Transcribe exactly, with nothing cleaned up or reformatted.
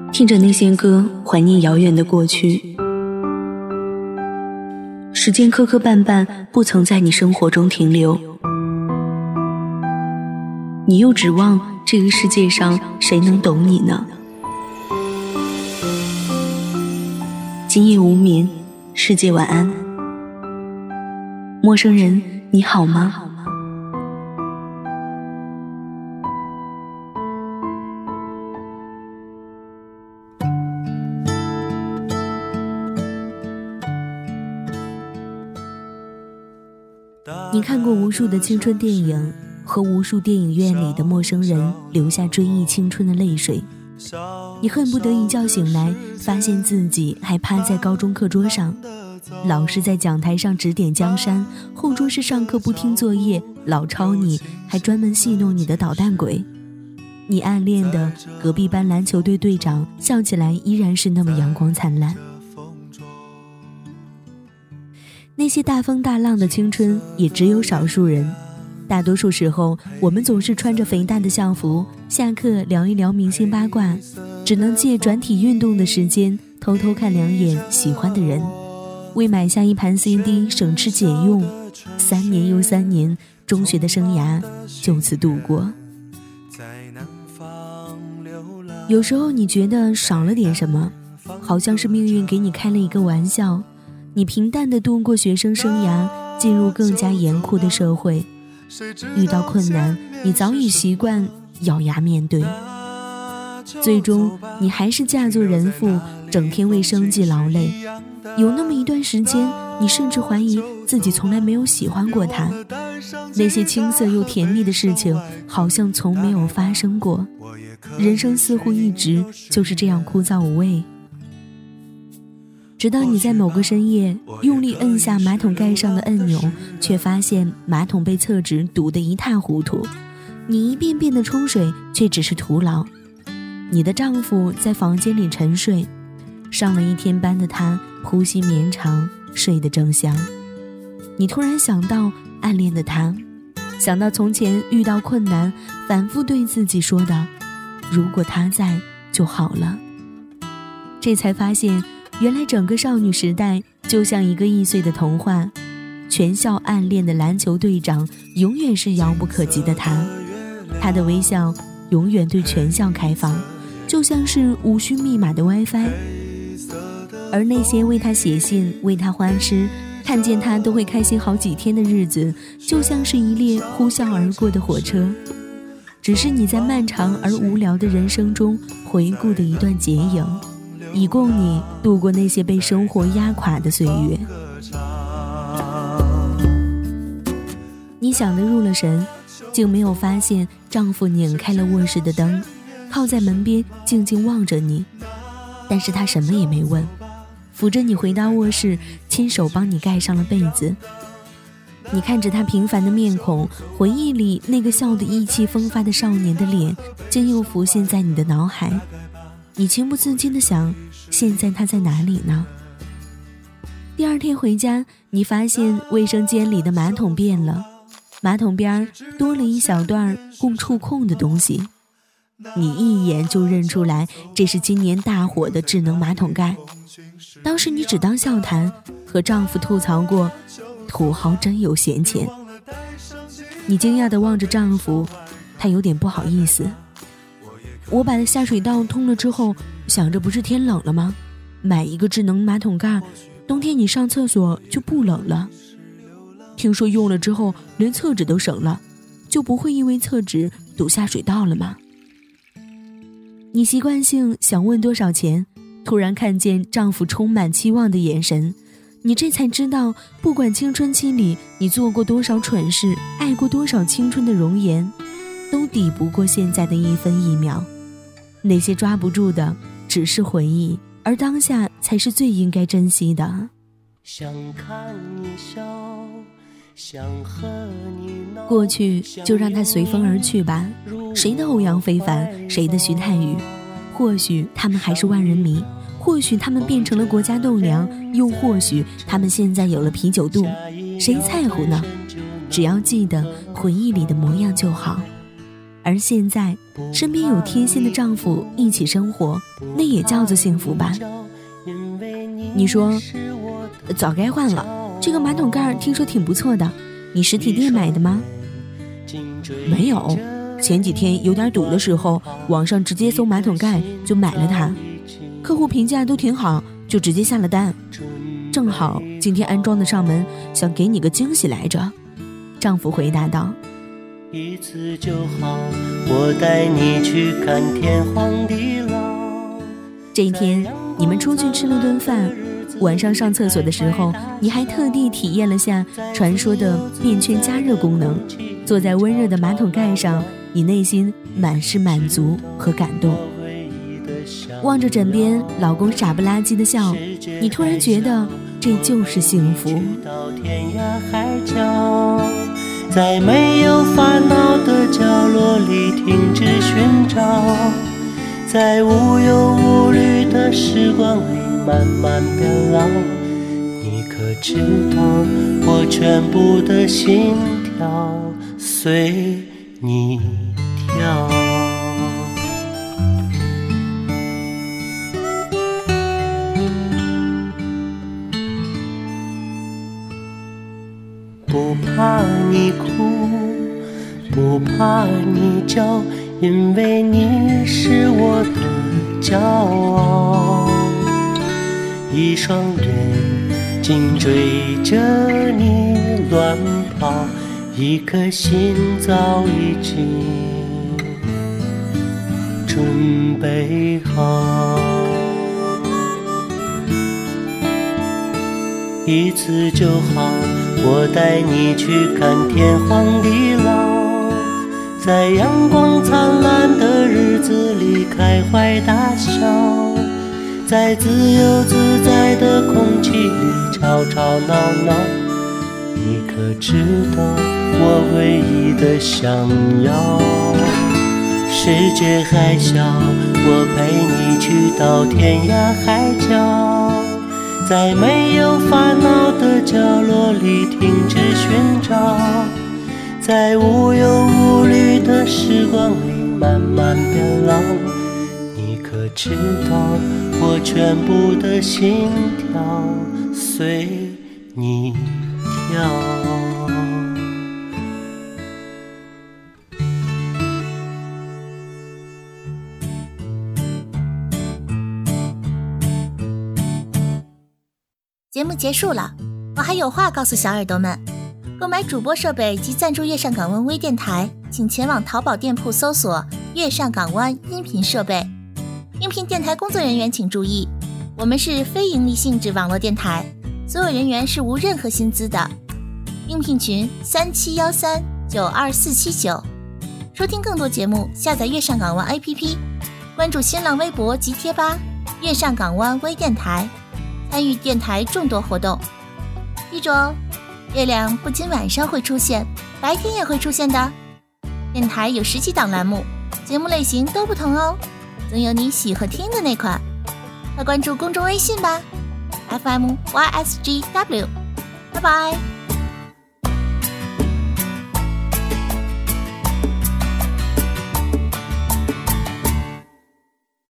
听着那些歌，怀念遥远的过去。时间磕磕绊绊，不曾在你生活中停留。你又指望这个世界上谁能懂你呢？今夜无眠，世界晚安。陌生人，你好吗？你看过无数的青春电影，和无数电影院里的陌生人留下追忆青春的泪水。你恨不得一觉醒来，发现自己还趴在高中课桌上，老师在讲台上指点江山，后桌是上课不听作业，老抄你，还专门戏弄你的捣蛋鬼。你暗恋的隔壁班篮球队队长，笑起来依然是那么阳光灿烂。那些大风大浪的青春也只有少数人，大多数时候我们总是穿着肥大的校服，下课聊一聊明星八卦，只能借转体运动的时间偷偷看两眼喜欢的人，为买下一盘 C D 省吃俭用，三年又三年，中学的生涯就此度过。有时候你觉得少了点什么，好像是命运给你开了一个玩笑，你平淡地度过学生生涯，进入更加严酷的社会。遇到困难，你早已习惯咬牙面对，最终你还是嫁作人妇，整天为生计劳累。有那么一段时间，你甚至怀疑自己从来没有喜欢过他，那些青涩又甜蜜的事情好像从没有发生过，人生似乎一直就是这样枯燥无味。直到你在某个深夜用力摁下马桶盖上的按钮，却发现马桶被厕纸堵得一塌糊涂，你一遍遍的冲水却只是徒劳。你的丈夫在房间里沉睡，上了一天班的他呼吸绵长，睡得正香。你突然想到暗恋的他，想到从前遇到困难反复对自己说的如果他在就好了，这才发现原来整个少女时代就像一个易碎的童话，全校暗恋的篮球队长永远是遥不可及的他，他的微笑永远对全校开放，就像是无需密码的 WiFi。 而那些为他写信为他欢诗，看见他都会开心好几天的日子，就像是一列呼啸而过的火车，只是你在漫长而无聊的人生中回顾的一段剪影，以供你度过那些被生活压垮的岁月。你想得入了神，竟没有发现丈夫拧开了卧室的灯，靠在门边静静望着你，但是他什么也没问，扶着你回到卧室，亲手帮你盖上了被子。你看着他平凡的面孔，回忆里那个笑得意气风发的少年的脸竟又浮现在你的脑海。你情不自禁地想，现在他在哪里呢？第二天回家，你发现卫生间里的马桶变了，马桶边多了一小段供触控的东西，你一眼就认出来，这是今年大火的智能马桶盖。当时你只当笑谈，和丈夫吐槽过，土豪真有闲钱。你惊讶地望着丈夫，他有点不好意思。我把下水道通了之后，想着不是天冷了吗？买一个智能马桶盖，冬天你上厕所就不冷了。听说用了之后连厕纸都省了，就不会因为厕纸堵下水道了吗？你习惯性想问多少钱，突然看见丈夫充满期望的眼神，你这才知道，不管青春期里你做过多少蠢事，爱过多少青春的容颜，都抵不过现在的一分一秒。那些抓不住的只是回忆，而当下才是最应该珍惜的。想看你笑，想和你闹，过去就让它随风而去吧，谁的欧阳非凡，谁的徐太宇，或许他们还是万人迷，或许他们变成了国家栋梁，又或许他们现在有了啤酒肚，谁在乎呢？只要记得回忆里的模样就好。 而现在身边有贴心的丈夫一起生活，那也叫做幸福吧。你说早该换了，这个马桶盖听说挺不错的，你实体店买的吗？没有，前几天有点堵的时候，网上直接搜马桶盖就买了它，客户评价都挺好，就直接下了单。正好今天安装的上门，想给你个惊喜来着。丈夫回答道， 一次就好，我带你去看天荒地老。 这一天你们出去吃了顿饭，晚上上厕所的时候，你还特地体验了下传说的便圈加热功能，坐在温热的马桶盖上，你内心满是满足和感动。望着枕边老公傻不拉几的笑，你突然觉得这就是幸福。 到天涯海角，在没有烦恼的角落里停止寻找，在无忧无虑的时光里慢慢变老。你可知道，我全部的心跳随你跳。不怕你哭，不怕你叫，因为你是我的骄傲。一双人紧追着你乱跑，一颗心早已经准备好。一次就好，我带你去看天荒地老，在阳光灿烂的日子里开怀大笑，在自由自在的空气里吵吵闹闹。你可知道我唯一的想要？世界还小，我陪你去到天涯海角，在没有烦恼的角落里停止寻找，在无忧无虑的时光里慢慢变老。你可知道，我全部的心跳随你跳。 节目结束了，我还有话告诉小耳朵们。购买主播设备及赞助月上港湾微电台，请前往淘宝店铺搜索月上港湾音频设备。音频电台工作人员请注意，我们是非营利性质网络电台，所有人员是无任何薪资的。应聘群三七一三九二四七九。收听更多节目，下载月上港湾 A P P， 关注新浪微博及贴吧月上港湾微电台，参与电台众多活动。记住哦，月亮不仅晚上会出现，白天也会出现的。电台有十几档栏目，节目类型都不同哦，总有你喜欢听的那款。快关注公众微信吧 ，F M Y S G W， 拜拜。